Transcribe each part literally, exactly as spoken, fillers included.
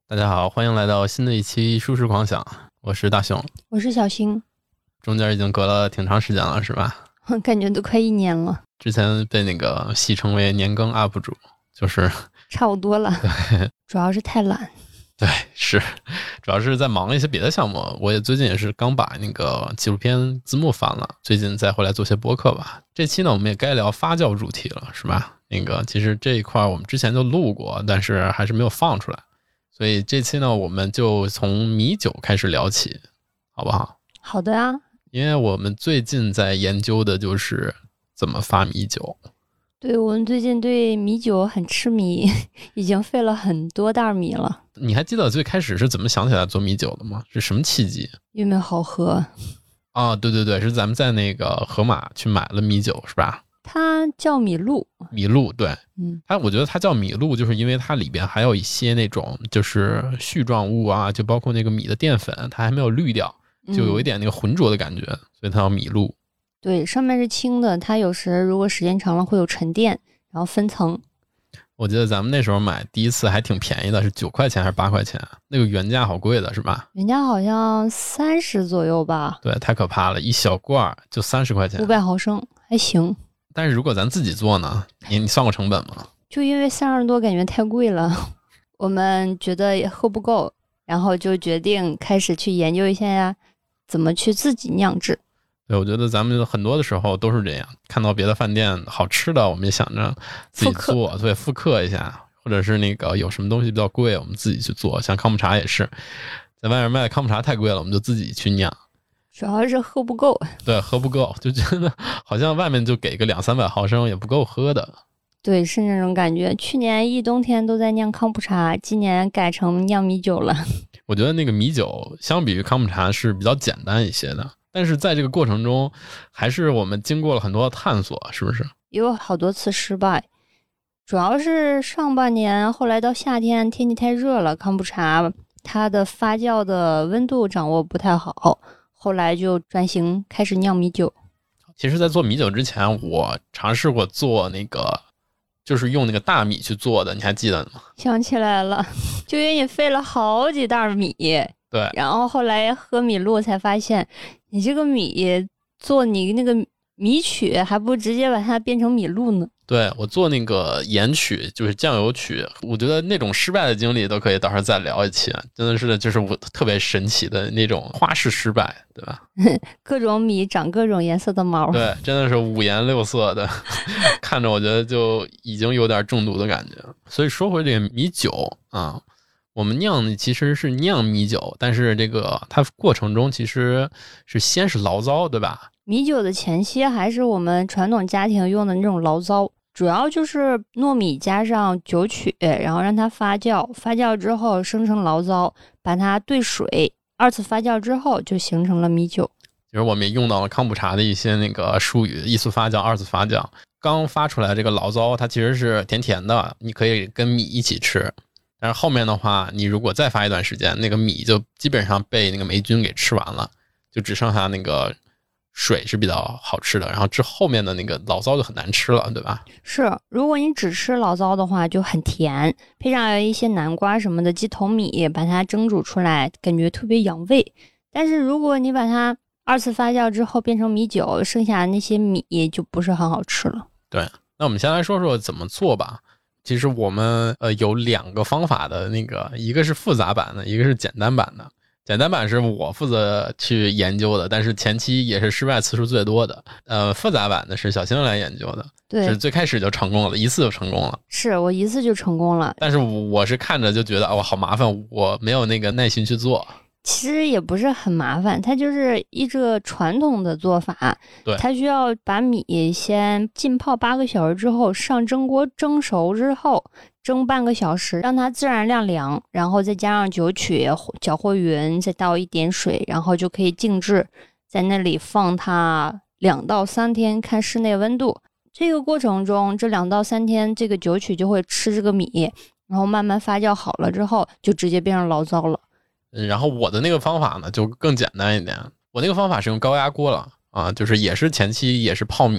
大家好，欢迎来到新的一期舒适狂想，我是大熊， 我是小新。 中间已经隔了挺长时间了，是吧？ 感觉都快一年了。 之前被那个戏称为年更 U P 主，就是差不多了。 对， 主要是太懒。 对，是，主要是在忙一些别的项目。我也最近也是刚把那个纪录片字幕翻了，最近再回来做些播客吧。这期呢，我们也该聊发酵主题了，是吧？那个其实这一块我们之前就录过，但是还是没有放出来。所以这期呢，我们就从米酒开始聊起，好不好？ 好的啊。 因为我们最近在研究的就是怎么发米酒。 对，我们最近对米酒很痴迷，已经费了很多袋米了。 你还记得最开始是怎么想起来做米酒的吗？是什么契机？ 因为好喝啊，对对对，是咱们在那个盒马去买了米酒，是吧？ 它叫米露。 米露，对， 嗯， 它我觉得它叫米露，就是因为它里边还有一些那种就是絮状物啊，就包括那个米的淀粉，它还没有滤掉，就有一点那个浑浊的感觉，嗯、所以它叫米露。 对，上面是轻的，它有时如果时间长了会有沉淀，然后分层。 我记得咱们那时候买第一次还挺便宜的，是九块钱还是八块钱？那个原价好贵的是吧？ 原价好像三十左右吧。 对，太可怕了，一小罐就三十块钱， 五百毫升还行。 但是如果咱自己做呢，你你算过成本吗？ 就因为三十多感觉太贵了，我们觉得也喝不够，然后就决定开始去研究一下呀，怎么去自己酿制。 对，我觉得咱们很多的时候都是这样，看到别的饭店好吃的，我们也想着自己做，对，复刻一下，或者是那个有什么东西比较贵，我们自己去做。像康普茶也是，在外面卖的康普茶太贵了，我们就自己去酿。 主要是喝不够， 对，喝不够，就觉得好像外面就给个两三百毫升也不够喝的。 对，是那种感觉。去年一冬天都在酿康普茶，今年改成酿米酒了。 我觉得那个米酒相比于康普茶是比较简单一些的，但是在这个过程中，还是我们经过了很多探索，是不是？ 有好多次失败，主要是上半年，后来到夏天天气太热了，康普茶它的发酵的温度掌握不太好。后来就转型开始酿米酒。 其实在做米酒之前，我尝试过做那个就是用那个大米去做的，你还记得吗？ 想起来了，就因为你费了好几袋米。 对， 然后后来喝米露才发现，你这个米做你那个米曲还不直接把它变成米露呢。 对，我做那个盐曲就是酱油曲，我觉得那种失败的经历都可以到时候再聊一期，真的是就是我特别神奇的那种花式失败，对吧？ 各种米长各种颜色的毛。 对，真的是五颜六色的看着我觉得就已经有点中毒的感觉。所以说回这个米酒啊，我们酿其实是酿米酒，但是这个它过程中其实是先是醪糟，对吧？ 米酒的前期还是我们传统家庭用的那种醪糟，主要就是糯米加上酒曲，然后让它发酵，发酵之后生成醪糟，把它兑水，二次发酵之后就形成了米酒。 其实我们也用到了康普茶的一些那个术语，一次发酵、二次发酵。刚发出来这个醪糟，它其实是甜甜的，你可以跟米一起吃。但是后面的话，你如果再发一段时间，那个米就基本上被那个霉菌给吃完了，就只剩下那个水是比较好吃的，然后之后面的那个醪糟就很难吃了，对吧？ 是，如果你只吃醪糟的话就很甜，配上一些南瓜什么的鸡头米，把它蒸煮出来，感觉特别养胃。但是如果你把它二次发酵之后变成米酒，剩下的那些米就不是很好吃了。 对，那我们先来说说怎么做吧。其实我们呃有两个方法的，那个一个是复杂版的，一个是简单版的。简单版是我负责去研究的，但是前期也是失败次数最多的。呃，复杂版的是小星来研究的， 对， 是最开始就成功了，一次就成功了。 是我一次就成功了， 但是我是看着就觉得哦，好麻烦，我没有那个耐心去做。 其实也不是很麻烦，它就是一个传统的做法。 对， 它需要把米先浸泡八个小时之后，上蒸锅蒸熟之后，蒸半个小时，让它自然晾凉，然后再加上酒曲搅和匀，再倒一点水，然后就可以静置在那里放它两到三天，看室内温度。这个过程中，这两到三天，这个酒曲就会吃这个米，然后慢慢发酵好了之后，就直接变成醪糟了。 然后我的那个方法呢就更简单一点，我那个方法是用高压锅了啊，就是也是前期也是泡米，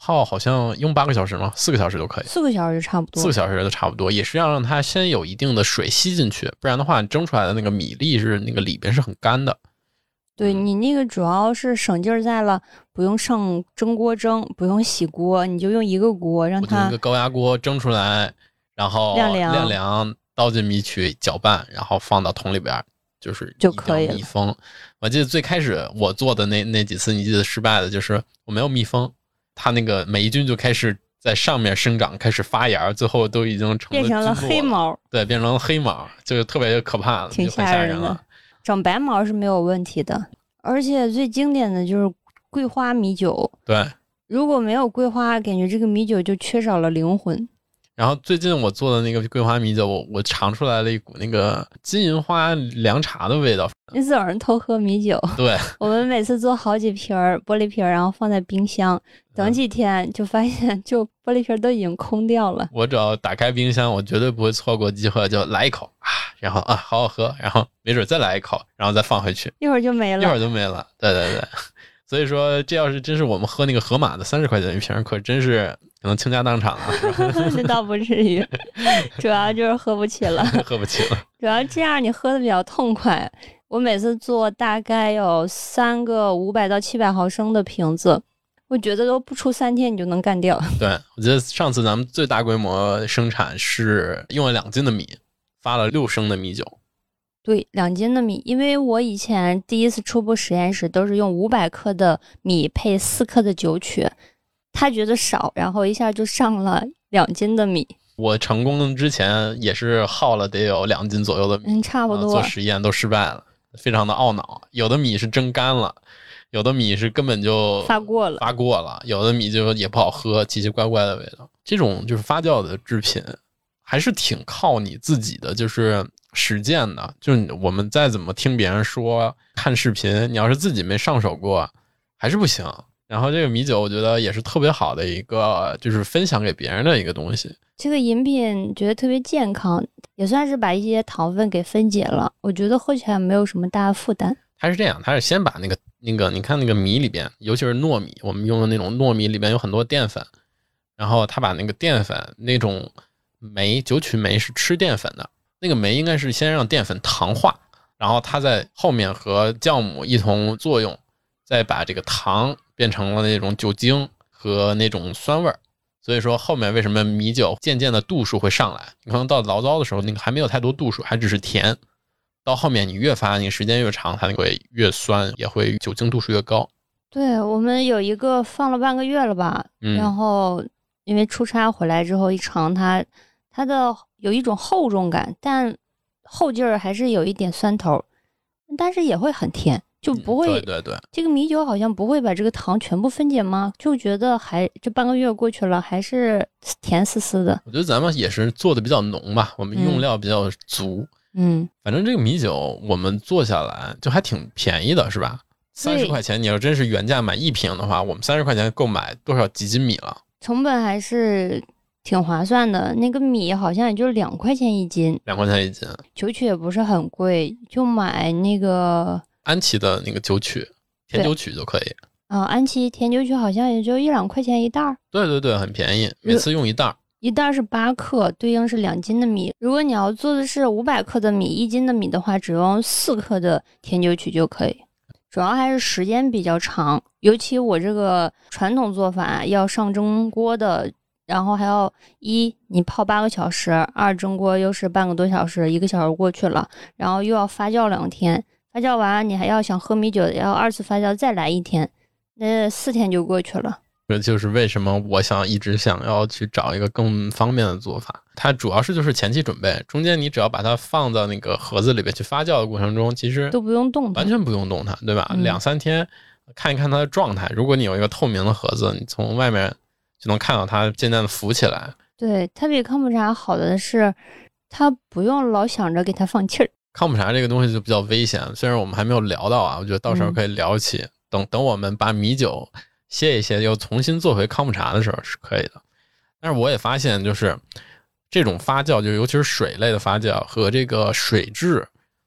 泡好像用八个小时吗？四个小时都可以， 四个小时差不多， 四个小时都差不多，也是要让它先有一定的水吸进去，不然的话，蒸出来的那个米粒是那个里边是很干的。 对，你那个主要是省劲儿在了，不用上蒸锅蒸，不用洗锅，你就用一个锅让它一个高压锅蒸出来，然后晾凉， 晾凉，倒进米曲搅拌，然后放到桶里边，就是就可以了。 密封。我记得最开始我做的那那几次，你记得失败的就是我没有密封，它那个霉菌就开始在上面生长，开始发芽，最后都已经成变成了黑毛。 对，变成了黑毛，就特别可怕了， 挺吓人的。长白毛是没有问题的，而且最经典的就是桂花米酒。 对， 如果没有桂花，感觉这个米酒就缺少了灵魂。 然后最近我做的那个桂花米酒，我我尝出来了一股那个金银花凉茶的味道。 你早上偷喝米酒？ 对， 我们每次做好几瓶玻璃瓶，然后放在冰箱，等几天就发现就玻璃瓶都已经空掉了。 我只要打开冰箱，我绝对不会错过机会，就来一口啊，然后啊好好喝，然后没准再来一口，然后再放回去， 一会儿就没了， 一会儿就没了。对对对，所以说这要是真是我们喝那个盒马的三十块钱一瓶，可真是可能倾家荡产了。 那倒不至于，主要就是喝不起了， 喝不起了。 主要这样你喝的比较痛快。我每次做大概有三个五百到七百毫升的瓶子，我觉得都不出三天你就能干掉。 对，我记得上次咱们最大规模生产是用了两斤的米，发了六升的米酒。 对，两斤的米，因为我以前第一次初步实验室都是用五百克的米配四克的酒曲，他觉得少，然后一下就上了两斤的米。 我成功之前也是耗了得有两斤左右的米， 嗯，差不多。 做实验都失败了，非常的懊恼。有的米是蒸干了，有的米是根本就发过了， 发过了，有的米就也不好喝，奇奇怪怪的味道。这种就是发酵的制品，还是挺靠你自己的就是实践的。就是我们再怎么听别人说、看视频，你要是自己没上手过，还是不行。然后这个米酒，我觉得也是特别好的一个，就是分享给别人的一个东西。 这个饮品觉得特别健康，也算是把一些糖分给分解了，我觉得喝起来没有什么大的负担。 它是这样，它是先把那个那个，你看那个米里边，尤其是糯米，我们用的那种糯米里边有很多淀粉，然后它把那个淀粉那种酶，酒曲酶是吃淀粉的，那个酶应该是先让淀粉糖化，然后它在后面和酵母一同作用，再把这个糖变成了那种酒精和那种酸味儿。所以说后面为什么米酒渐渐的度数会上来，你可能到醪糟的时候那个还没有太多度数，还只是甜，到后面你越发那个时间越长，它会越酸，也会酒精度数越高。 对，我们有一个放了半个月了吧、嗯、然后因为出差回来之后一尝它，它的有一种厚重感，但后劲儿还是有一点酸头，但是也会很甜，就不会、 嗯、对对对， 这个米酒好像不会把这个糖全部分解吗？就觉得还这半个月过去了，还是甜丝丝的。 我觉得咱们也是做的比较浓吧，我们用料比较足。 嗯， 反正这个米酒我们做下来就还挺便宜的，是吧？三十块钱，你要真是原价买一瓶的话，我们三十块钱购买多少几斤米了？ 成本还是挺划算的。那个米好像也就两块钱一斤， 两块钱一斤。 酒曲也不是很贵，就买那个安琪的那个酒曲，甜酒曲就可以。 啊，安琪甜酒曲好像也就一两块钱一袋儿。 对对对，很便宜，每次用一袋儿。 一袋是八克，对应是两斤的米。如果你要做的是五百克的米，一斤的米的话，只用四克的甜酒曲就可以。主要还是时间比较长，尤其我这个传统做法要上蒸锅的，然后还要一你泡八个小时，二蒸锅又是半个多小时，一个小时过去了，然后又要发酵两天，发酵完你还要想喝米酒，要二次发酵再来一天，那四天就过去了。 这就是为什么我想一直想要去找一个更方便的做法。它主要是就是前期准备，中间你只要把它放到那个盒子里边去发酵的过程中，其实都不用动它， 完全不用动它，对吧？嗯、两三天看一看它的状态。如果你有一个透明的盒子，你从外面就能看到它渐渐的浮起来。 对，它比康普茶好的是，它不用老想着给它放气儿。 康普茶这个东西就比较危险，虽然我们还没有聊到啊，我觉得到时候可以聊起。嗯、等等，我们把米酒歇一歇，又重新做回康普茶的时候是可以的。但是我也发现，就是这种发酵，就尤其是水类的发酵和这个水质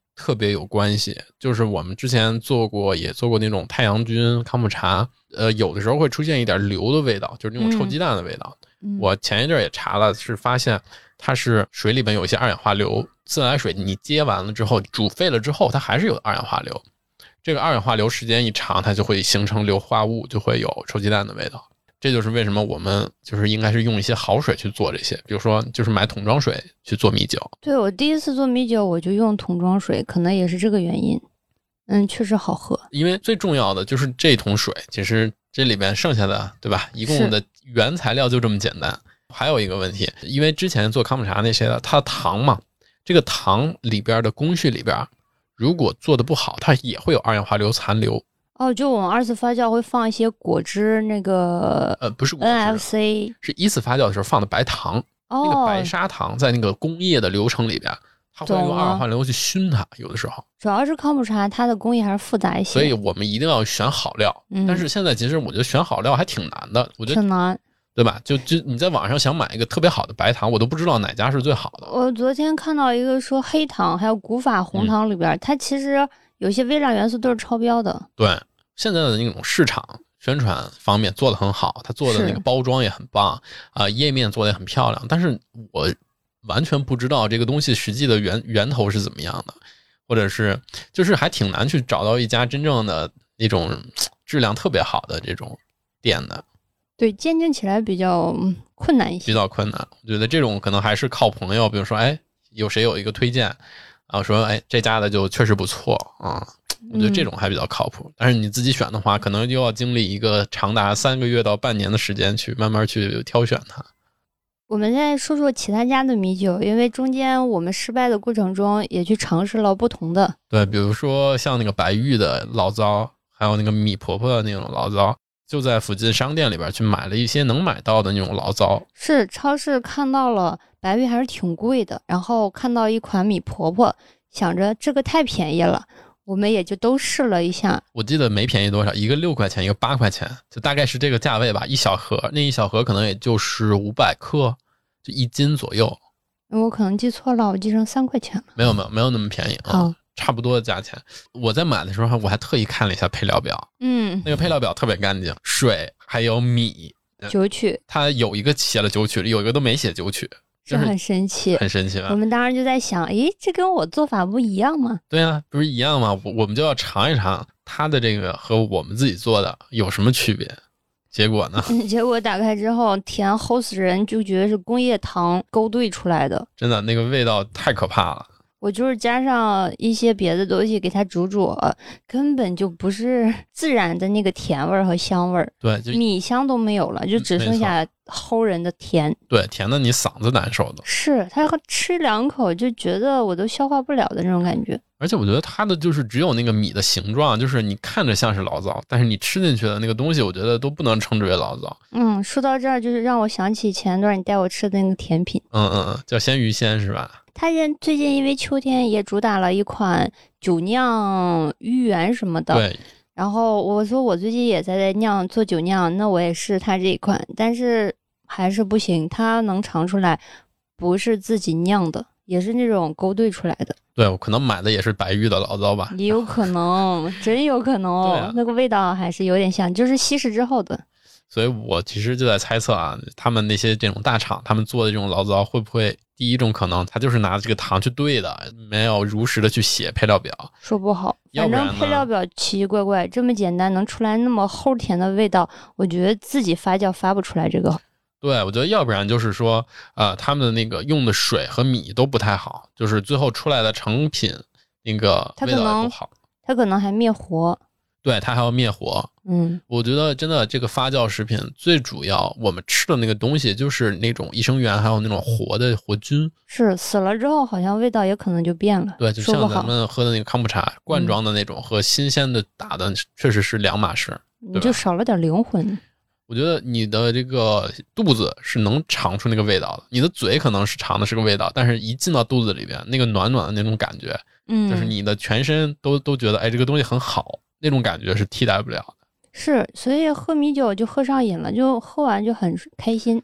特别有关系。就是我们之前做过也做过那种太阳菌康普茶，呃，有的时候会出现一点硫的味道，就是那种臭鸡蛋的味道。嗯、我前一阵也查了，是发现它是水里边有一些二氧化硫，自来水你接完了之后煮沸了之后，它还是有二氧化硫。这个二氧化硫时间一长，它就会形成硫化物，就会有臭鸡蛋的味道。这就是为什么我们就是应该是用一些好水去做这些，比如说就是买桶装水去做米酒。 对，我第一次做米酒我就用桶装水，可能也是这个原因。嗯，确实好喝。因为最重要的就是这桶水，其实这里边剩下的，对吧？一共的原材料就这么简单。还有一个问题，因为之前做康普茶那些的，它的糖嘛，这个糖里边的工序里边，如果做的不好，它也会有二氧化硫残留。 哦，就我们二次发酵会放一些果汁，那个呃不是果汁 N F C， 是一次发酵的时候放的白糖。哦，那个白砂糖在那个工业的流程里边，它会用二氧化硫去熏它，有的时候。 主要是康普茶它的工艺还是复杂一些， 所以我们一定要选好料。嗯、但是现在其实我觉得选好料还挺难的，我觉得挺难。 对吧？就就你在网上想买一个特别好的白糖，我都不知道哪家是最好的。 我昨天看到一个说黑糖还有古法红糖里边、嗯、它其实有些微量元素都是超标的。 对，现在的那种市场宣传方面做得很好，它做的那个包装也很棒啊、呃，页面做得也很漂亮，但是我完全不知道这个东西实际的源源头是怎么样的，或者是就是还挺难去找到一家真正的那种质量特别好的这种店的。 对，鉴定起来比较困难一些， 比较困难。我觉得这种可能还是靠朋友，比如说，哎，有谁有一个推荐，然后说，哎，这家的就确实不错啊、嗯，我觉得这种还比较靠谱。嗯、但是你自己选的话，可能又要经历一个长达三个月到半年的时间去慢慢去挑选它。 我们再说说其他家的米酒，因为中间我们失败的过程中也去尝试了不同的。 对，比如说像那个白玉的醪糟，还有那个米婆婆的那种醪糟。就在附近商店里边去买了一些能买到的那种醪糟。 是超市看到了白玉还是挺贵的，然后看到一款米婆婆，想着这个太便宜了，我们也就都试了一下。 我记得没便宜多少，一个六块钱，一个八块钱，就大概是这个价位吧，一小盒，那一小盒可能也就是五百克，就一斤左右。 我可能记错了，我记成三块钱了。 没有没有没有那么便宜啊。嗯，差不多的价钱。我在买的时候我还特意看了一下配料表，嗯，那个配料表特别干净，水还有米酒曲， 它有一个写了酒曲，有一个都没写酒曲， 这很神奇， 很神奇吧？ 我们当时就在想，诶，这跟我做法不一样吗？ 对啊，不是一样吗？我们就要尝一尝它的这个和我们自己做的有什么区别。结果呢？ 结果打开之后甜齁死人，就觉得是工业糖勾兑出来的， 真的那个味道太可怕了。 我就是加上一些别的东西给它煮煮，根本就不是自然的那个甜味和香味。 对，就米香都没有了，就只剩下齁人的甜。 对，甜的你嗓子难受的。 是，它吃两口就觉得我都消化不了的那种感觉。 而且我觉得它的就是只有那个米的形状，就是你看着像是醪糟，但是你吃进去的那个东西，我觉得都不能称之为醪糟。 嗯，说到这儿，就是让我想起前段你带我吃的那个甜品。 嗯嗯嗯，叫鲜鱼鲜是吧？ 他最近因为秋天也主打了一款酒酿芋圆什么的。 对。 然后我说我最近也在在酿做酒酿，那我也试他这一款，但是还是不行，它能尝出来不是自己酿的，也是那种勾兑出来的。 对，我可能买的也是白玉的醪糟吧， 也有可能，真有可能、啊、那个味道还是有点像，就是稀释之后的。 所以我其实就在猜测啊，他们那些这种大厂，他们做的这种醪糟会不会第一种可能，他就是拿这个糖去兑的，没有如实的去写配料表， 说不好。反正配料表奇奇怪怪，这么简单能出来那么齁甜的味道，我觉得自己发酵发不出来这个。 对，我觉得要不然就是说，呃，他们的那个用的水和米都不太好，就是最后出来的成品那个味道也不好。 它可能还灭活。 对，它还要灭活。嗯，我觉得真的这个发酵食品最主要，我们吃的那个东西就是那种益生元，还有那种活的活菌。 是死了之后，好像味道也可能就变了。 对，就像咱们喝的那个康普茶，罐装的那种、嗯、和新鲜的打的确实是两码事。 你就少了点灵魂。 我觉得你的这个肚子是能尝出那个味道的，你的嘴可能是尝的是个味道，但是一进到肚子里边，那个暖暖的那种感觉，嗯，就是你的全身都都觉得，哎，这个东西很好，那种感觉是替代不了的。 是，所以喝米酒就喝上瘾了，就喝完就很开心。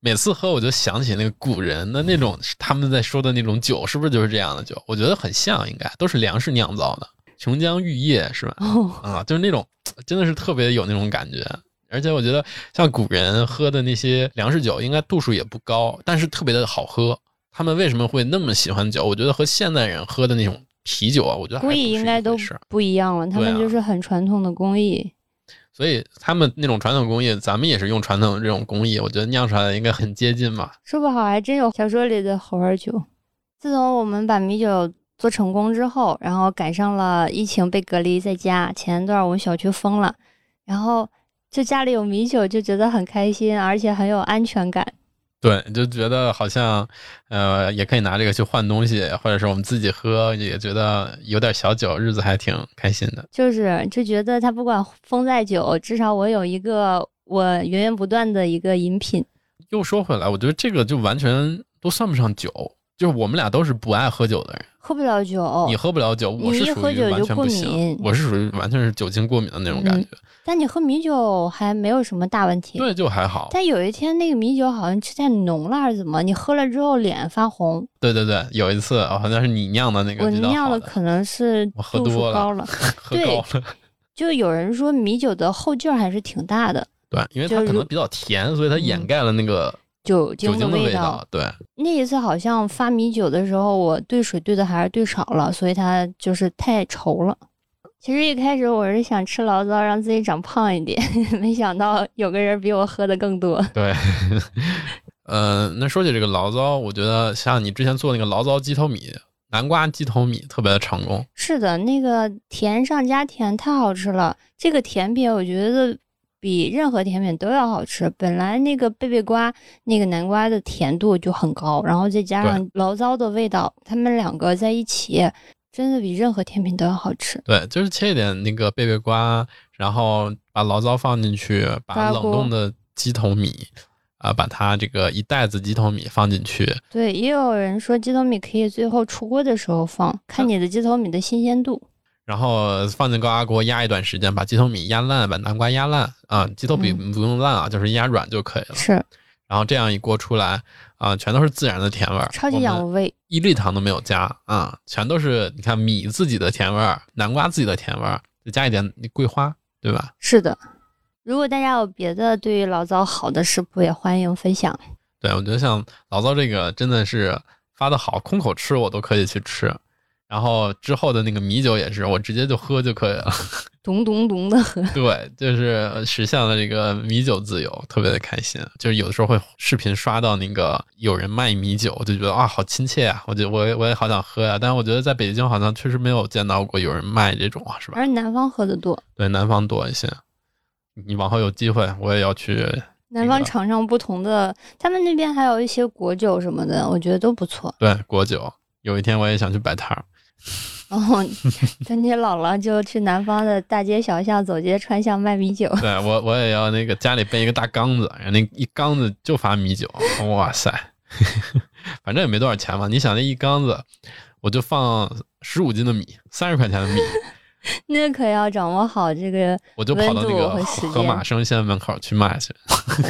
每次喝我就想起那个古人的那种他们在说的那种酒，是不是就是这样的酒？我觉得很像，应该都是粮食酿造的，琼浆玉液是吧？ 哦， 啊，就是那种真的是特别有那种感觉。而且我觉得像古人喝的那些粮食酒，应该度数也不高，但是特别的好喝。他们为什么会那么喜欢酒？我觉得和现代人喝的那种啤酒啊，我觉得还不是一回事。 工艺应该都不一样了，他们就是很传统的工艺。 所以他们那种传统工艺，咱们也是用传统的这种工艺，我觉得酿出来的应该很接近嘛。 说不好还真有小说里的猴儿酒。自从我们把米酒做成功之后，然后赶上了疫情被隔离在家，前一段我们小区封了，然后就家里有米酒就觉得很开心，而且很有安全感。 对，就觉得好像呃也可以拿这个去换东西，或者是我们自己喝，也觉得有点小酒，日子还挺开心的。 就是就觉得它不管封再久，至少我有一个我源源不断的一个饮品。 又说回来，我觉得这个就完全都算不上酒，就是我们俩都是不爱喝酒的人。 喝不了酒， 你喝不了酒，我是属于完全不行，我是属于完全是酒精过敏的那种感觉。嗯、 但你喝米酒还没有什么大问题， 对，就还好。 但有一天那个米酒好像吃太浓了还是怎么，你喝了之后脸发红。 对对对，有一次好像是你酿的那个， 我酿的可能是我喝多了，了喝高了。 就有人说米酒的后劲儿还是挺大的， 对，因为它可能比较甜，所以它掩盖了那个。嗯酒精的味道，对。 那一次好像发米酒的时候，我兑水兑的还是兑少了，所以它就是太稠了。其实一开始我是想吃醪糟，让自己长胖一点，没想到有个人比我喝的更多。 对，呃，那说起这个醪糟，我觉得像你之前做那个醪糟鸡头米、南瓜鸡头米特别的成功。 是的，那个甜上加甜太好吃了。这个甜品我觉得比任何甜品都要好吃。本来那个贝贝瓜那个南瓜的甜度就很高，然后再加上醪糟的味道，他们两个在一起真的比任何甜品都要好吃。 对，就是切一点那个贝贝瓜，然后把醪糟放进去，把冷冻的鸡头米啊、呃，把它这个一袋子鸡头米放进去。 对，也有人说鸡头米可以最后出锅的时候放，看你的鸡头米的新鲜度。 然后放进高压锅压一段时间，把鸡头米压烂，把南瓜压烂啊，鸡头米不用烂啊、嗯，就是压软就可以了。 是， 然后这样一锅出来啊，全都是自然的甜味， 超级养胃， 一粒糖都没有加啊，全都是你看米自己的甜味，南瓜自己的甜味，再加一点桂花，对吧？ 是的。如果大家有别的对于醪糟好的食谱，也欢迎分享。 对，我觉得像醪糟这个真的是发的好，空口吃我都可以去吃。然后之后的那个米酒也是，我直接就喝就可以了， 咚咚咚的喝。 对，就是实现了这个米酒自由，特别的开心。就是有的时候会视频刷到那个有人卖米酒，我就觉得啊，好亲切啊！我觉得我我也好想喝呀、啊，但是我觉得在北京好像确实没有见到过有人卖这种啊，是吧？ 而南方喝的多， 对，南方多一些。你往后有机会，我也要去。 南方尝尝不同的，他们那边还有一些果酒什么的，我觉得都不错。 对，果酒，有一天我也想去摆摊儿。 然后等你老了就去南方的大街小巷走街串巷卖米酒。 对，我我也要那个家里备一个大缸子，然后那一缸子就发米酒，哇塞，反正也没多少钱嘛。你想那一缸子，我就放十五斤的米，三十块钱的米， 那可要掌握好这个我就跑到那个河马生鲜门口去卖去。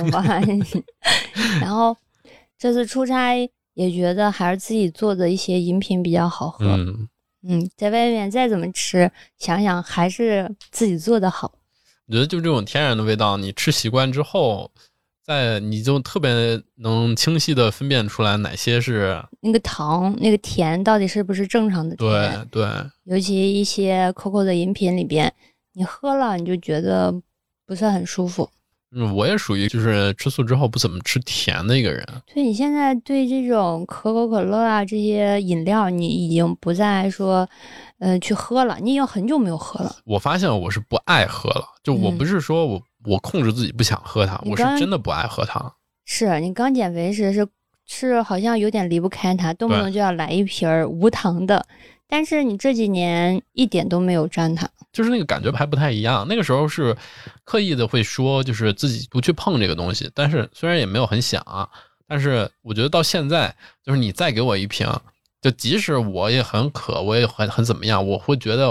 然后这次出差也觉得还是自己做的一些饮品比较好喝。 嗯嗯，在外面再怎么吃，想想还是自己做的好。 我觉得就这种天然的味道，你吃习惯之后，在你就特别能清晰的分辨出来哪些是那个糖、那个甜到底是不是正常的甜。对对， 尤其一些 C O C O 的饮品里边，你喝了你就觉得不是很舒服。 嗯，我也属于就是吃素之后不怎么吃甜的一个人。 对，你现在对这种可口可乐啊这些饮料，你已经不再说，呃，去喝了，你已经很久没有喝了。 我发现我是不爱喝了，就我不是说我、嗯、我控制自己不想喝它，我是真的不爱喝它。 是你刚减肥时是是好像有点离不开它，动不动就要来一瓶无糖的，但是你这几年一点都没有沾它。 就是那个感觉还不太一样，那个时候是刻意的会说就是自己不去碰这个东西，但是虽然也没有很想啊，但是我觉得到现在就是你再给我一瓶，就即使我也很渴，我也很很怎么样，我会觉得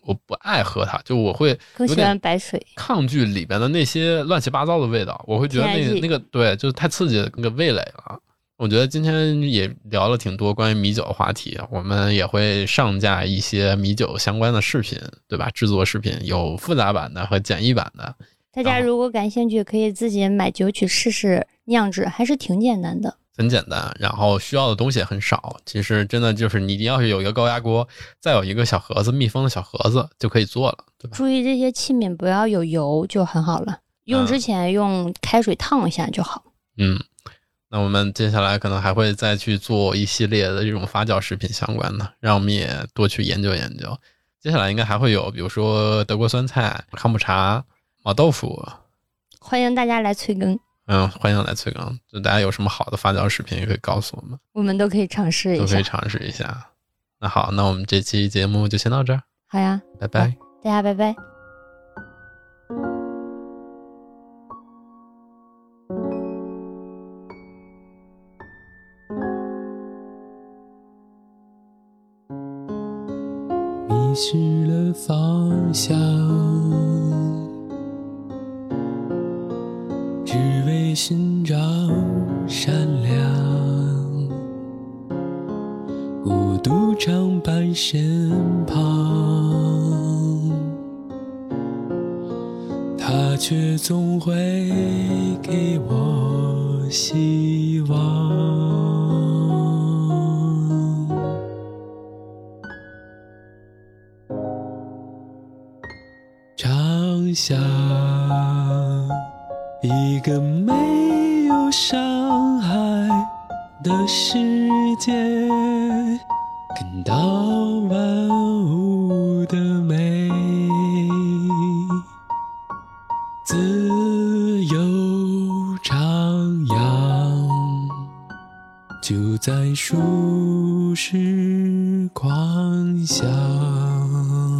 我不爱喝它，就我会更喜欢白水， 抗拒里边的那些乱七八糟的味道，我会觉得那个那个对，就是太刺激那个味蕾了。我觉得今天也聊了挺多关于米酒的话题，我们也会上架一些米酒相关的视频，对吧？制作视频有复杂版的和简易版的。 大家如果感兴趣，可以自己买酒曲试试酿制，还是挺简单的。 很简单，然后需要的东西也很少。其实真的就是你一定要是有一个高压锅，再有一个小盒子密封的小盒子就可以做了，对吧？ 注意这些器皿不要有油就很好了，用之前用开水烫一下就好。 嗯，那我们接下来可能还会再去做一系列的这种发酵食品相关的，让我们也多去研究研究。接下来应该还会有比如说德国酸菜、康普茶、毛豆腐， 欢迎大家来催更。 嗯，欢迎来催更，就大家有什么好的发酵食品也可以告诉我们， 我们都可以尝试一下， 都可以尝试一下。那好，那我们这期节目就先到这儿。 好呀， 拜拜， 大家拜拜。 迷失了方向，只为寻找善良，孤独常伴身旁，它却总会给我希望。畅想一个没有伤害的世界，看到万物的美，自由徜徉，就在舒适狂想。